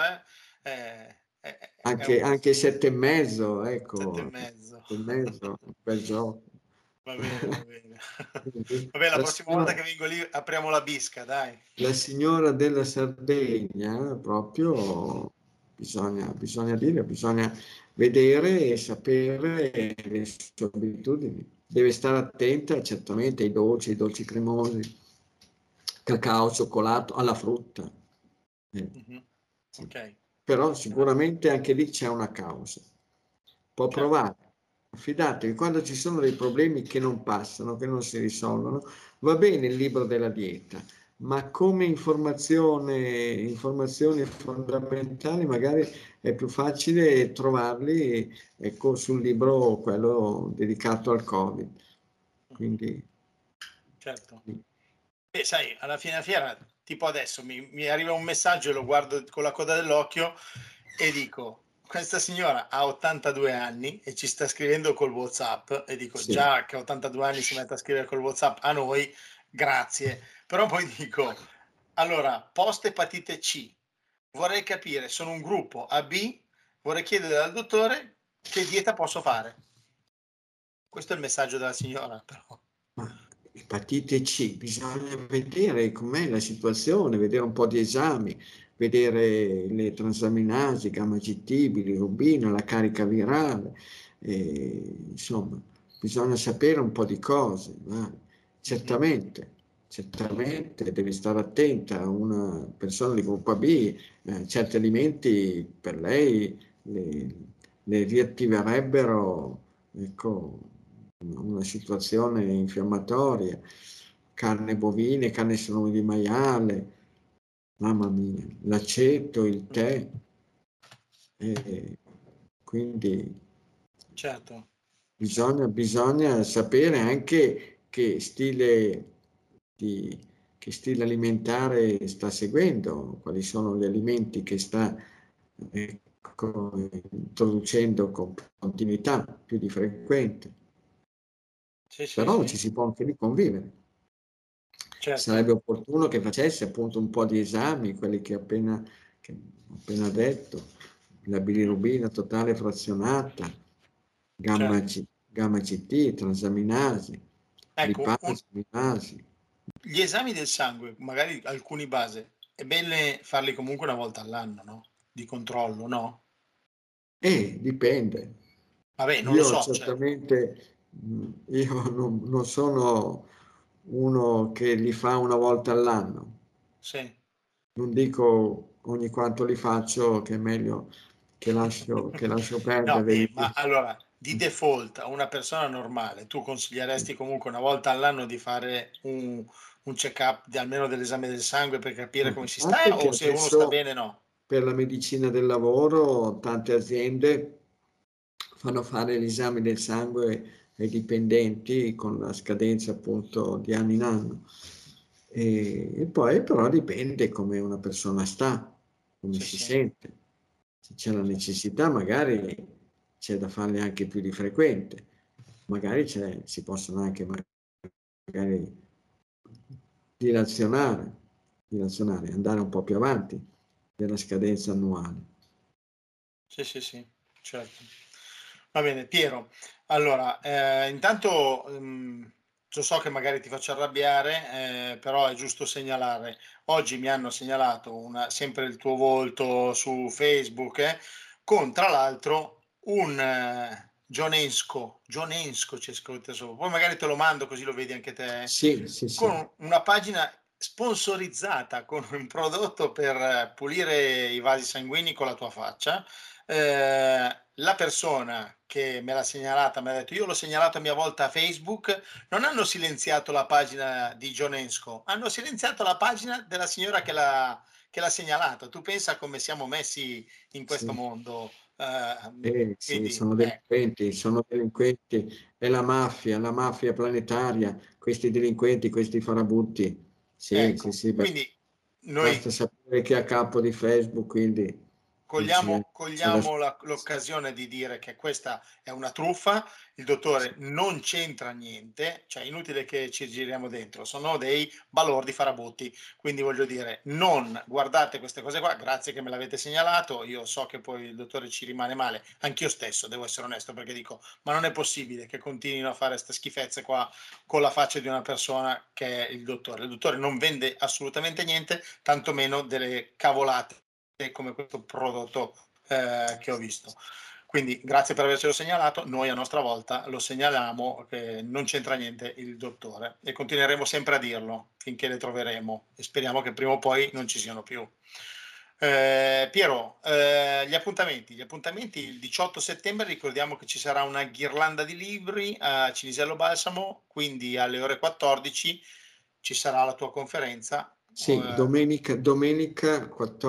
[SPEAKER 1] è
[SPEAKER 2] anche 7,5,
[SPEAKER 1] sette e
[SPEAKER 2] ecco,
[SPEAKER 1] mezzo.
[SPEAKER 2] 7,5, un bel gioco.
[SPEAKER 1] Va bene, va bene.
[SPEAKER 2] Quindi,
[SPEAKER 1] Vabbè, la prossima volta che vengo lì apriamo la bisca, dai.
[SPEAKER 2] la signora della Sardegna proprio bisogna vedere e sapere le sue abitudini. Deve stare attenta certamente ai dolci cremosi, cacao, cioccolato, alla frutta.
[SPEAKER 1] Mhm.
[SPEAKER 2] Sì.
[SPEAKER 1] Ok,
[SPEAKER 2] Però sicuramente anche lì c'è una causa. Può
[SPEAKER 1] certo.
[SPEAKER 2] provare. Affidatevi, quando ci sono dei problemi che non passano, che non si risolvono, va bene il libro della dieta, ma come informazioni fondamentali magari è più facile trovarli, ecco, sul libro quello dedicato al Covid.
[SPEAKER 1] Mhm.
[SPEAKER 2] Quindi
[SPEAKER 1] Certo. Sai, alla fine della fiera, tipo adesso, mi arriva un messaggio e lo guardo con la coda dell'occhio e dico, questa signora ha 82 anni e ci sta scrivendo col WhatsApp e dico,
[SPEAKER 2] Sì.
[SPEAKER 1] già che a 82 anni si mette a scrivere col WhatsApp a noi, grazie. Però poi dico, allora, post epatite C, vorrei capire, sono un gruppo AB, vorrei chiedere al dottore che dieta posso fare. Questo è il messaggio della signora, però.
[SPEAKER 2] Ma epatite C, bisogna vedere com'è la situazione, vedere un po' di esami, vedere le transaminasi, gamma GT, bilirubina, la carica virale, insomma, bisogna sapere un po' di cose. Certamente, certamente devi stare attenta a una persona di gruppo AB, certi alimenti per lei le riattiverebbero, ecco, una situazione infiammatoria, carne bovine, carne salumi di maiale, mamma mia, l'aceto, il tè, quindi
[SPEAKER 1] Certo.
[SPEAKER 2] bisogna sapere anche che stile alimentare sta seguendo, quali sono gli alimenti che sta introducendo con continuità più di frequente.
[SPEAKER 1] Sì, sì,
[SPEAKER 2] Però
[SPEAKER 1] sì,
[SPEAKER 2] ci si può anche riconvivere.
[SPEAKER 1] certo.
[SPEAKER 2] Sarebbe opportuno che facesse appunto un po' di esami, quelli che ho appena detto, la bilirubina totale frazionata, gamma,
[SPEAKER 1] Certo.
[SPEAKER 2] gamma CT, transaminasi,
[SPEAKER 1] Ecco,
[SPEAKER 2] lipasi, amilasi.
[SPEAKER 1] gli esami del sangue, magari alcuni base, è bene farli comunque una volta all'anno, no? Di controllo, no?
[SPEAKER 2] Dipende.
[SPEAKER 1] Vabbè, non lo
[SPEAKER 2] Io
[SPEAKER 1] so, cioè,
[SPEAKER 2] certamente, io non sono uno che li fa una volta all'anno.
[SPEAKER 1] sì.
[SPEAKER 2] Non dico ogni quanto li faccio che è meglio che lascio
[SPEAKER 1] No,
[SPEAKER 2] perdere.
[SPEAKER 1] ma allora, di default a una persona normale, tu consiglieresti comunque una volta all'anno di fare un check-up di almeno dell'esame del sangue per capire
[SPEAKER 2] A
[SPEAKER 1] come si sta
[SPEAKER 2] parte che
[SPEAKER 1] o se uno sta
[SPEAKER 2] adesso
[SPEAKER 1] bene, no?
[SPEAKER 2] per la medicina del lavoro tante aziende fanno fare l'esame del sangue ai dipendenti con la scadenza appunto di anno in anno. E poi però dipende come una persona sta, come
[SPEAKER 1] Sì,
[SPEAKER 2] si
[SPEAKER 1] sì,
[SPEAKER 2] sente. Se c'è la
[SPEAKER 1] sì,
[SPEAKER 2] necessità magari c'è da farle anche più di frequente, magari si possono anche magari dilazionare, dilazionare, andare un po' più avanti della scadenza annuale.
[SPEAKER 1] sì, sì, sì, certo. Va bene, Piero. Allora, intanto lo so che magari ti faccio arrabbiare, però è giusto segnalare. Oggi mi hanno segnalato sempre il tuo volto su Facebook, con tra l'altro un Gionensco c'è scritto sopra. Poi magari te lo mando così lo vedi anche te,
[SPEAKER 2] Sì, sì, sì.
[SPEAKER 1] con una pagina sponsorizzata con un prodotto per pulire i vasi sanguigni con la tua faccia. La persona che me l'ha segnalata mi ha detto: io l'ho segnalato a mia volta a Facebook. Non hanno silenziato la pagina di Gionensco, hanno silenziato la pagina della signora che l'ha segnalato. Tu pensa come siamo messi in questo
[SPEAKER 2] Sì.
[SPEAKER 1] mondo.
[SPEAKER 2] Sì,
[SPEAKER 1] Quindi ecco,
[SPEAKER 2] sono delinquenti, è la mafia planetaria, questi delinquenti, questi farabutti. Sì, sì,
[SPEAKER 1] ecco.
[SPEAKER 2] sì,
[SPEAKER 1] Quindi noi
[SPEAKER 2] basta sapere che è a capo di Facebook, quindi non
[SPEAKER 1] cogliamo,
[SPEAKER 2] c'è da
[SPEAKER 1] cogliamo l'occasione di dire che questa è una truffa, il dottore non c'entra niente, cioè inutile che ci giriamo dentro, sono dei balordi farabutti, quindi voglio dire, non guardate queste cose qua, grazie che me l'avete segnalato, io so che poi il dottore ci rimane male, anch'io stesso devo essere onesto perché dico, ma non è possibile che continuino a fare queste schifezze qua con la faccia di una persona che è il dottore non vende assolutamente niente, tantomeno delle cavolate come questo prodotto che ho visto. Quindi grazie per avercelo segnalato, noi a nostra volta lo segnaliamo che non c'entra niente il dottore e continueremo sempre a dirlo finché le troveremo e speriamo che prima o poi non ci siano più. Piero, gli appuntamenti il 18 settembre ricordiamo che ci sarà una ghirlanda di libri a Cinisello Balsamo, quindi alle ore 14 ci sarà la tua conferenza.
[SPEAKER 2] Sì, domenica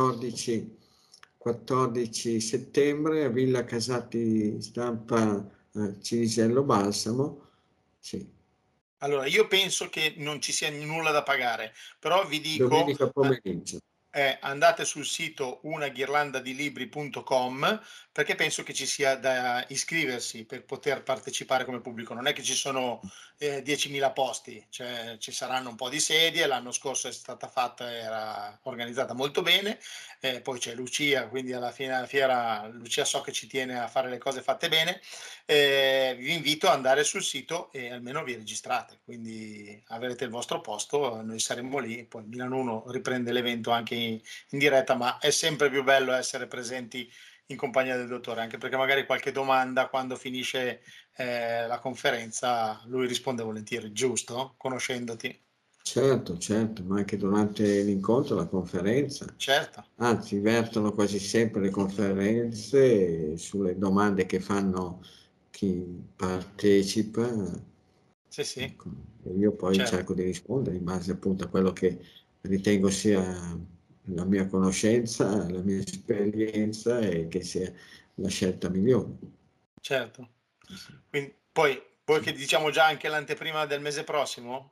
[SPEAKER 2] 14 settembre a Villa Casati Stampa Cinisello Balsamo. Sì.
[SPEAKER 1] Allora, io penso che non ci sia nulla da pagare, però vi dico,
[SPEAKER 2] Domenica pomeriggio.
[SPEAKER 1] andate sul sito unaghirlandadilibri.com, perché penso che ci sia da iscriversi per poter partecipare come pubblico. Non è che ci sono 10.000 posti, cioè ci saranno un po' di sedie. L'anno scorso è stata fatta, era organizzata molto bene. Poi c'è Lucia, quindi alla fine della fiera Lucia so che ci tiene a fare le cose fatte bene. Vi invito ad andare sul sito e almeno vi registrate, quindi avrete il vostro posto, noi saremo lì. Poi Milano 1 riprende l'evento anche in diretta, ma è sempre più bello essere presenti in compagnia del dottore, anche perché magari qualche domanda quando finisce la conferenza lui risponde volentieri, giusto? Conoscendoti.
[SPEAKER 2] Certo, certo, ma anche durante l'incontro, la conferenza.
[SPEAKER 1] Certo,
[SPEAKER 2] Anzi, vertono quasi sempre le conferenze sulle domande che fanno chi partecipa.
[SPEAKER 1] sì, sì,
[SPEAKER 2] Ecco, e io poi
[SPEAKER 1] certo,
[SPEAKER 2] cerco di rispondere in base appunto a quello che ritengo sia la mia conoscenza, la mia esperienza e che sia la scelta migliore.
[SPEAKER 1] certo.
[SPEAKER 2] Sì.
[SPEAKER 1] Quindi, poi, vuoi che diciamo già anche l'anteprima del mese prossimo?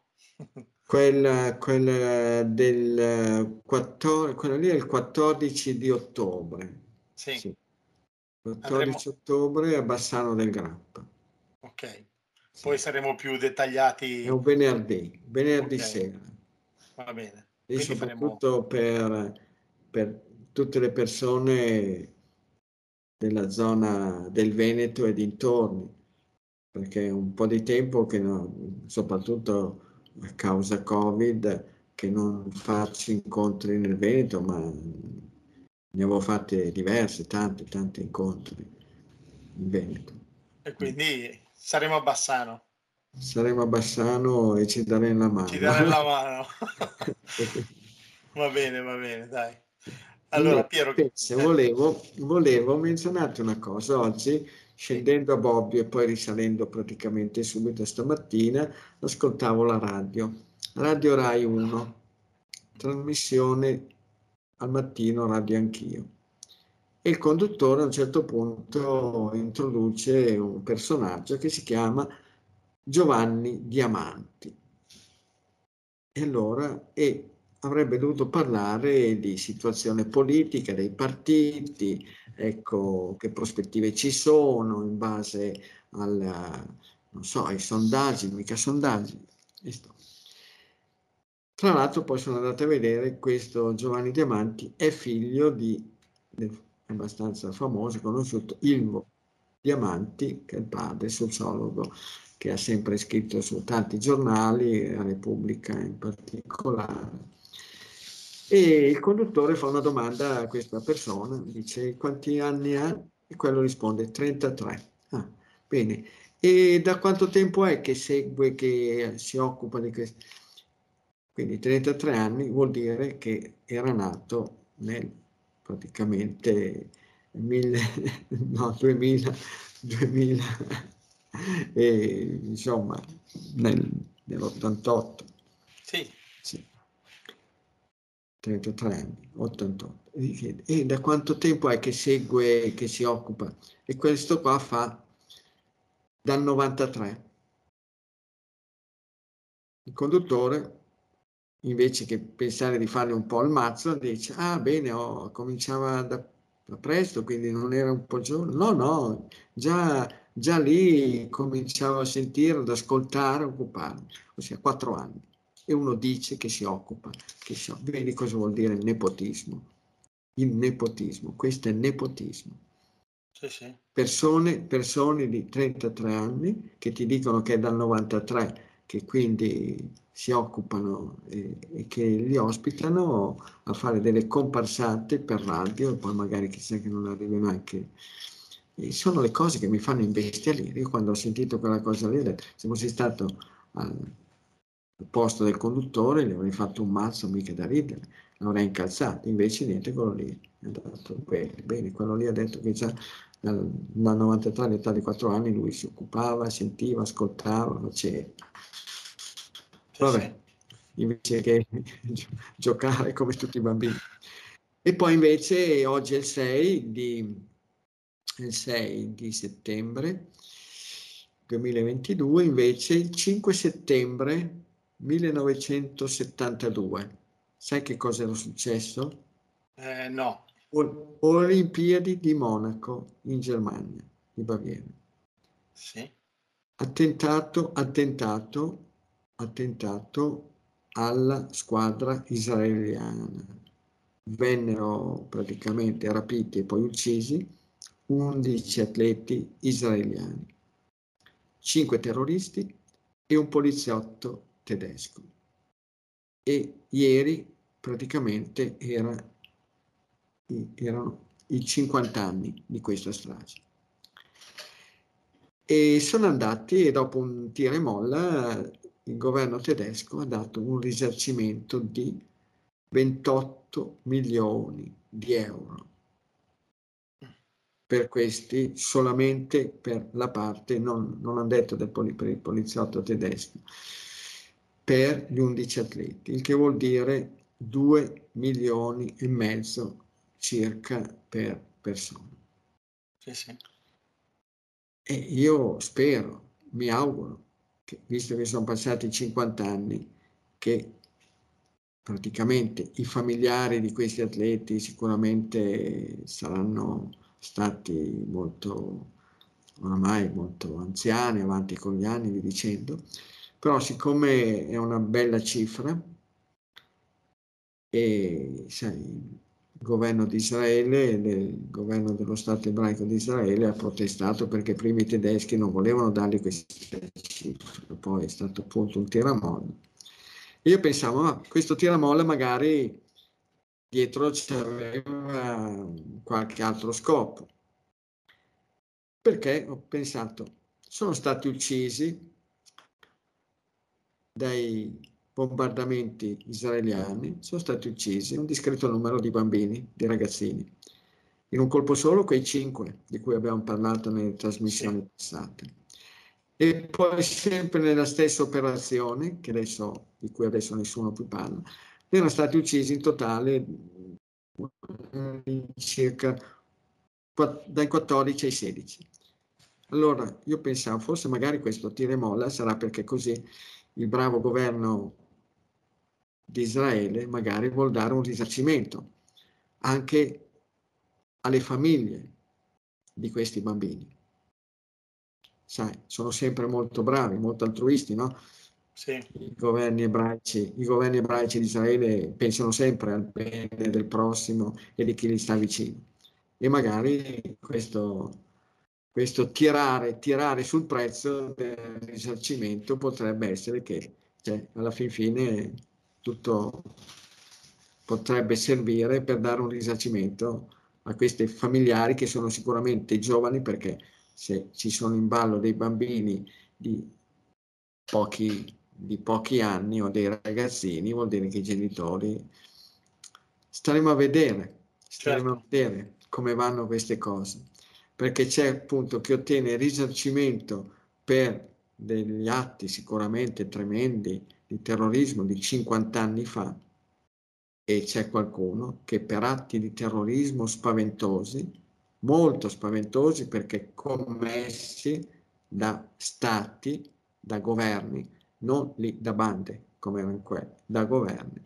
[SPEAKER 2] Quello lì è il 14 di ottobre.
[SPEAKER 1] Sì,
[SPEAKER 2] Sì. 14
[SPEAKER 1] andremo,
[SPEAKER 2] ottobre a Bassano del Grappa.
[SPEAKER 1] ok.
[SPEAKER 2] Sì.
[SPEAKER 1] Poi saremo più
[SPEAKER 2] È
[SPEAKER 1] dettagliati.
[SPEAKER 2] un venerdì
[SPEAKER 1] Ok,
[SPEAKER 2] sera.
[SPEAKER 1] va bene.
[SPEAKER 2] E
[SPEAKER 1] Quindi faremo,
[SPEAKER 2] soprattutto per tutte le persone della zona del Veneto e dintorni, perché è un po' di tempo che soprattutto a causa Covid, che non faccio incontri nel Veneto, ma ne avevo fatte diverse, tanti incontri in Veneto.
[SPEAKER 1] e quindi saremo a Bassano.
[SPEAKER 2] Saremo a Bassano e ci daremo la
[SPEAKER 1] Ci
[SPEAKER 2] mano.
[SPEAKER 1] darai la mano. Va bene, dai. Allora,
[SPEAKER 2] Invece,
[SPEAKER 1] Piero,
[SPEAKER 2] pensa, volevo menzionarti una cosa. Oggi,
[SPEAKER 1] sì,
[SPEAKER 2] scendendo a Bobbio e poi risalendo praticamente subito stamattina, ascoltavo la Radio Rai 1, trasmissione al mattino, Radio Anch'io. E il conduttore a un certo punto introduce un personaggio che si chiama Giovanni Diamanti. E allora avrebbe dovuto parlare di situazione politica, dei partiti, ecco, che prospettive ci sono in base non so, ai sondaggi, mica sondaggi. Tra l'altro poi sono andato a vedere questo Giovanni Diamanti è figlio è abbastanza famoso e conosciuto, Ilvo Diamanti, che è il padre, sociologo, che ha sempre scritto su tanti giornali, la Repubblica in particolare. E il conduttore fa una domanda a questa persona, dice quanti anni ha? E quello risponde 33. Ah, bene. E da quanto tempo è che segue, che si occupa di questo? Quindi 33 anni vuol dire che era nato praticamente 1000, no, 2000 insomma nell'88.
[SPEAKER 1] sì,
[SPEAKER 2] Sì, 33 anni, 88. E da quanto tempo è che segue, che si occupa? E questo qua fa dal 93. Il conduttore, invece che pensare di fargli un po' il mazzo, dice, ah bene, cominciava da presto, quindi non era un po' giovane. No, no, già lì cominciavo a sentire, ad ascoltare, a occuparmi, ossia 4 anni. E uno dice che si occupa, vedi cosa vuol dire il nepotismo? Il nepotismo, questo è nepotismo.
[SPEAKER 1] sì, sì,
[SPEAKER 2] Persone di 33 anni che ti dicono che è dal 93 che quindi si occupano e che li ospitano a fare delle comparsate per radio e poi magari chissà che non arrivino anche. E sono le cose che mi fanno imbestialire. Io quando ho sentito quella cosa lì ho detto, se fossi stato al posto del conduttore gli avrei fatto un mazzo mica da ridere, l'avrei incalzato, invece niente, quello lì è andato bene, quello lì ha detto che già dal 93 all'età di 4 anni lui si occupava, sentiva, ascoltava, faceva.
[SPEAKER 1] sì, sì,
[SPEAKER 2] Vabbè, invece che giocare come tutti i bambini. E poi invece oggi è il 6 di settembre 2022, invece il 5 settembre 1972. Sai che cosa era successo?
[SPEAKER 1] No.
[SPEAKER 2] Olimpiadi di Monaco in Germania, di Baviera.
[SPEAKER 1] Sì.
[SPEAKER 2] Attentato alla squadra israeliana. Vennero praticamente rapiti e poi uccisi 11 atleti israeliani, 5 terroristi e un poliziotto tedesco. E ieri praticamente erano i 50 anni di questa strage. E sono andati, e dopo un tira e molla il governo tedesco ha dato un risarcimento di 28 milioni di euro per questi, solamente per la parte, non hanno detto per il poliziotto tedesco, per gli 11 atleti, il che vuol dire 2 milioni e mezzo circa per persona.
[SPEAKER 1] Sì, sì.
[SPEAKER 2] E io spero, mi auguro, che, visto che sono passati 50 anni, che praticamente i familiari di questi atleti sicuramente saranno stati oramai molto anziani, avanti con gli anni, vi dicendo, però siccome è una bella cifra, e sai, il governo di Israele, il governo dello Stato ebraico di Israele ha protestato perché prima i tedeschi non volevano dargli queste cifre, poi è stato appunto un tiramolla. Io pensavo, ma questo tiramolla magari dietro c'aveva qualche altro scopo, perché ho pensato, sono stati uccisi dai bombardamenti israeliani, sono stati uccisi un discreto numero di bambini, di ragazzini. In un colpo solo quei 5 di cui abbiamo parlato nelle trasmissioni passate. E poi sempre nella stessa operazione, di cui adesso nessuno più parla, erano stati uccisi in totale circa dai 14 ai 16. Allora io pensavo, forse magari questo tira e molla sarà perché così il bravo governo di Israele magari vuol dare un risarcimento anche alle famiglie di questi bambini. Sai, sono sempre molto bravi, molto altruisti, no?
[SPEAKER 1] Sì.
[SPEAKER 2] I governi ebraici di Israele pensano sempre al bene del prossimo e di chi gli sta vicino. E magari questo tirare sul prezzo del risarcimento potrebbe essere che, cioè, alla fin fine tutto potrebbe servire per dare un risarcimento a questi familiari che sono sicuramente giovani, perché se ci sono in ballo dei bambini di pochi anni o dei ragazzini, vuol dire che i genitori staremo a vedere
[SPEAKER 1] Certo.
[SPEAKER 2] come vanno queste cose, perché c'è appunto chi ottiene risarcimento per degli atti sicuramente tremendi di terrorismo di 50 anni fa, e c'è qualcuno che per atti di terrorismo spaventosi, molto spaventosi perché commessi da stati, da governi, non lì da bande come erano quelle, da governi.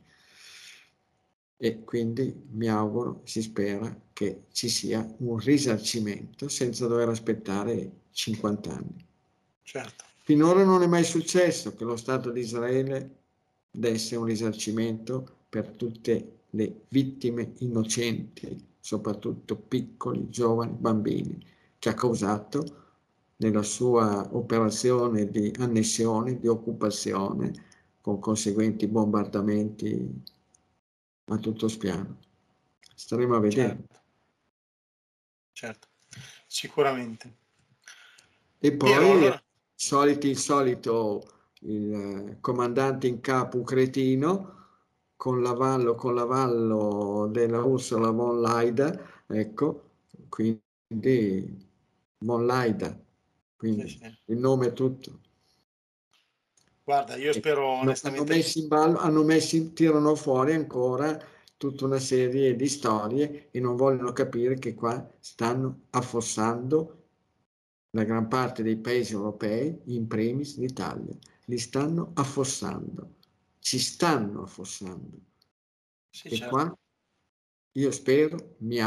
[SPEAKER 2] E quindi mi auguro, si spera che ci sia un risarcimento senza dover aspettare 50 anni.
[SPEAKER 1] Certo.
[SPEAKER 2] Finora non è mai successo che lo Stato di Israele desse un risarcimento per tutte le vittime innocenti, soprattutto piccoli, giovani, bambini, che ha causato nella sua operazione di annessione, di occupazione, con conseguenti bombardamenti a tutto spiano. Staremo a vedere.
[SPEAKER 1] Certo, sicuramente.
[SPEAKER 2] E
[SPEAKER 1] Piero,
[SPEAKER 2] poi
[SPEAKER 1] allora,
[SPEAKER 2] il solito il comandante in capo cretino con l'avallo della Ursula von Leyen, ecco, quindi von Leyen,
[SPEAKER 1] sì,
[SPEAKER 2] quindi
[SPEAKER 1] sì.
[SPEAKER 2] il nome è tutto.
[SPEAKER 1] Guarda, io spero
[SPEAKER 2] Hanno
[SPEAKER 1] onestamente
[SPEAKER 2] messo in ballo, tirano fuori ancora tutta una serie di storie e non vogliono capire che qua stanno affossando la gran parte dei paesi europei, in primis l'Italia, li stanno affossando, ci stanno affossando.
[SPEAKER 1] Sì,
[SPEAKER 2] E
[SPEAKER 1] certo.
[SPEAKER 2] qua io spero, mi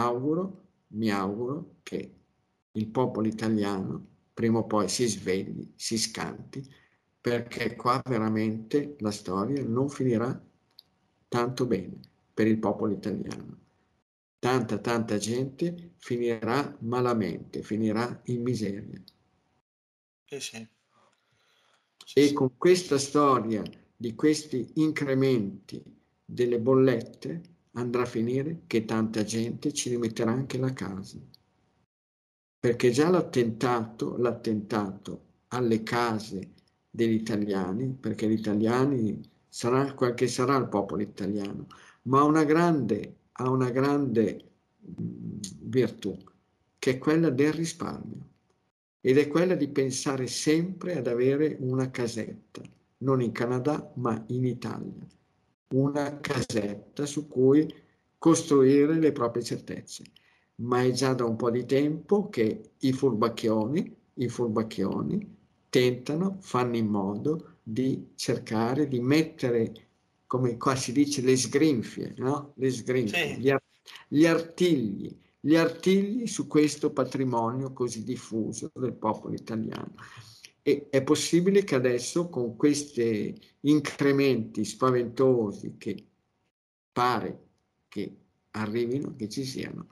[SPEAKER 2] auguro che il popolo italiano prima o poi si svegli, si scanti, perché qua veramente la storia non finirà tanto bene per il popolo italiano. Tanta gente finirà malamente, finirà in miseria.
[SPEAKER 1] Sì, sì. Sì,
[SPEAKER 2] E
[SPEAKER 1] sì.
[SPEAKER 2] con questa storia di questi incrementi delle bollette andrà a finire che tanta gente ci rimetterà anche la casa. Perché già l'attentato alle case degli italiani, perché gli italiani sarà quel che sarà il popolo italiano, ma ha una grande virtù, che è quella del risparmio, ed è quella di pensare sempre ad avere una casetta, non in Canada, ma in Italia, una casetta su cui costruire le proprie certezze. Ma è già da un po' di tempo che i furbacchioni tentano, fanno in modo di cercare di mettere, come qua si dice, le sgrinfie, no? Le sgrinfie,
[SPEAKER 1] Sì,
[SPEAKER 2] gli artigli su questo patrimonio così diffuso del popolo italiano. E è possibile che adesso, con questi incrementi spaventosi che pare che arrivino, che ci siano,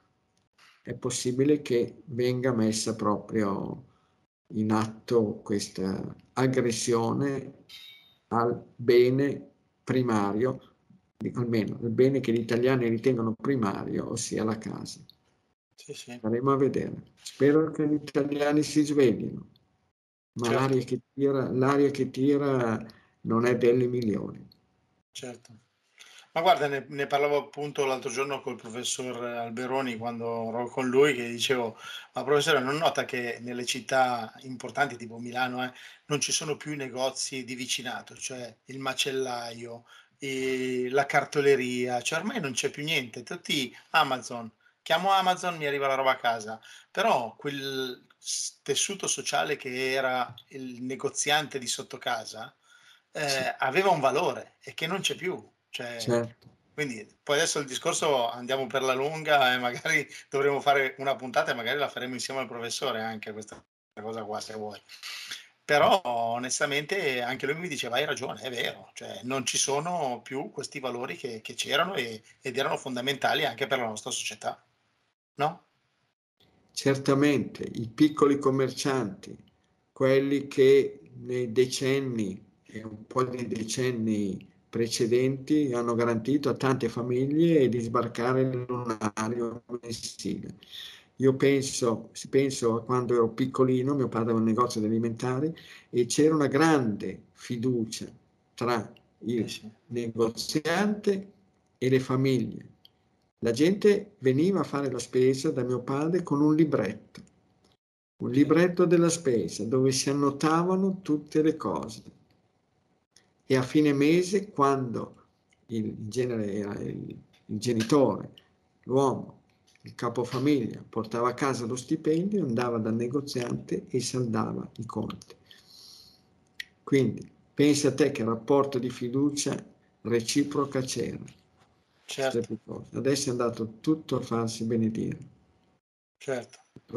[SPEAKER 2] è possibile che venga messa proprio in atto questa aggressione al bene primario, almeno il bene che gli italiani ritengono primario, ossia la casa.
[SPEAKER 1] sì, sì,
[SPEAKER 2] Staremo a vedere. Spero che gli italiani si sveglino, ma
[SPEAKER 1] certo,
[SPEAKER 2] l'aria che tira non è delle migliori.
[SPEAKER 1] certo. Ma guarda, ne parlavo appunto l'altro giorno col professor Alberoni quando ero con lui, che dicevo, ma professore, non nota che nelle città importanti tipo Milano, non ci sono più i negozi di vicinato, cioè il macellaio, la cartoleria, cioè ormai non c'è più niente, tutti Amazon. Chiamo Amazon, mi arriva la roba a casa, però quel tessuto sociale che era il negoziante di sotto casa,
[SPEAKER 2] Sì,
[SPEAKER 1] aveva un valore e che non c'è più. Cioè,
[SPEAKER 2] certo.
[SPEAKER 1] quindi poi adesso il discorso andiamo per la lunga e magari dovremo fare una puntata e magari la faremo insieme al professore anche questa cosa qua se vuoi. Però onestamente anche lui mi diceva hai ragione, è vero, cioè non ci sono più questi valori che c'erano ed erano fondamentali anche per la nostra società, no?
[SPEAKER 2] Certamente i piccoli commercianti, quelli che nei decenni e un po' di decenni precedenti hanno garantito a tante famiglie di sbarcare il lunario mensile. Io penso a quando ero piccolino, mio padre aveva un negozio di alimentari e c'era una grande fiducia tra
[SPEAKER 1] Sì,
[SPEAKER 2] il
[SPEAKER 1] sì,
[SPEAKER 2] negoziante e le famiglie. La gente veniva a fare la spesa da mio padre con un
[SPEAKER 1] sì,
[SPEAKER 2] libretto della spesa dove si annotavano tutte le cose. E a fine mese, quando in genere era il genitore, l'uomo, il capofamiglia, portava a casa lo stipendio, andava dal negoziante e saldava i conti. Quindi pensa a te che rapporto di fiducia reciproca c'era.
[SPEAKER 1] certo,
[SPEAKER 2] Adesso è andato tutto a farsi benedire.
[SPEAKER 1] certo.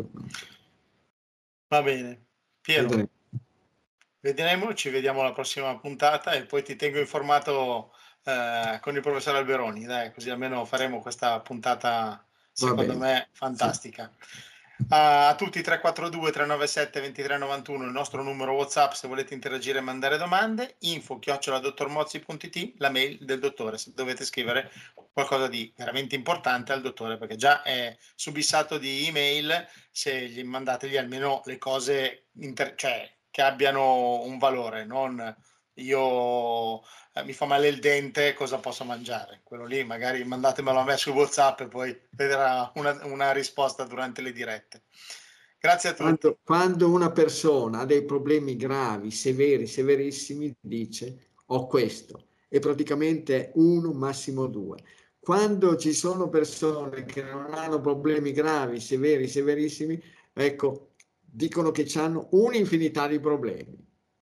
[SPEAKER 1] Va bene. Piero,
[SPEAKER 2] Vedremo.
[SPEAKER 1] vedremo, ci vediamo alla prossima puntata e poi ti tengo informato con il professor Alberoni, dai, così almeno faremo questa puntata,
[SPEAKER 2] Va
[SPEAKER 1] secondo
[SPEAKER 2] bene.
[SPEAKER 1] me,
[SPEAKER 2] Sì.
[SPEAKER 1] fantastica. A tutti 342 397 2391 il nostro numero WhatsApp se volete interagire e mandare domande, info@dottormozzi.it, la mail del dottore, se dovete scrivere qualcosa di veramente importante al dottore, perché già è subissato di email, se gli mandategli almeno le cose cioè, che abbiano un valore, non io mi fa male il dente, cosa posso mangiare? Quello lì magari mandatemelo a me su WhatsApp e poi vedrà una risposta durante le dirette. Grazie a tutti.
[SPEAKER 2] Quando una persona ha dei problemi gravi, severi, severissimi, dice ho questo, e praticamente uno, massimo due. Quando ci sono persone che non hanno problemi gravi, severi, severissimi, ecco, dicono che hanno un'infinità di problemi.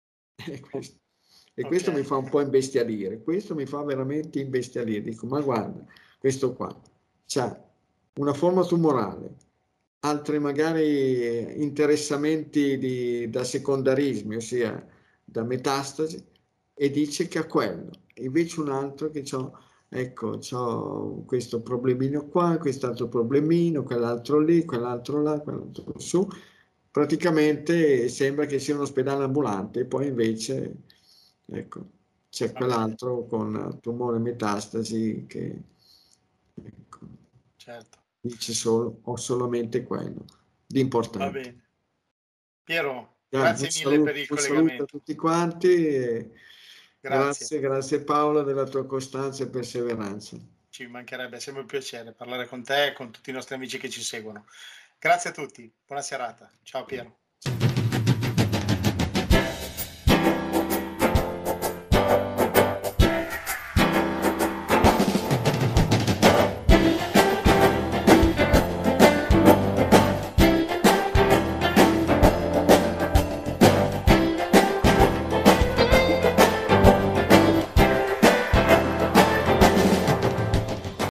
[SPEAKER 2] E questo mi fa un po' imbestialire, questo mi fa veramente imbestialire. Dico, ma guarda, questo qua c'ha una forma tumorale, altri magari interessamenti da secondarismi, ossia da metastasi, e dice che ha quello. Invece un altro che ecco, c'ho questo problemino qua, quest'altro problemino, quell'altro lì, quell'altro là, quell'altro su. Praticamente sembra che sia un ospedale ambulante, poi invece, ecco, c'è quell'altro con tumore metastasi che, ecco,
[SPEAKER 1] certo.
[SPEAKER 2] dice ho solamente quello di
[SPEAKER 1] Va
[SPEAKER 2] importante.
[SPEAKER 1] bene. Piero, grazie mille per il
[SPEAKER 2] Un saluto a
[SPEAKER 1] collegamento.
[SPEAKER 2] tutti quanti e
[SPEAKER 1] Grazie.
[SPEAKER 2] grazie Paola della tua costanza e perseveranza.
[SPEAKER 1] Ci mancherebbe, è sempre un piacere parlare con te e con tutti i nostri amici che ci seguono. Grazie a tutti, buona serata. Ciao Piero.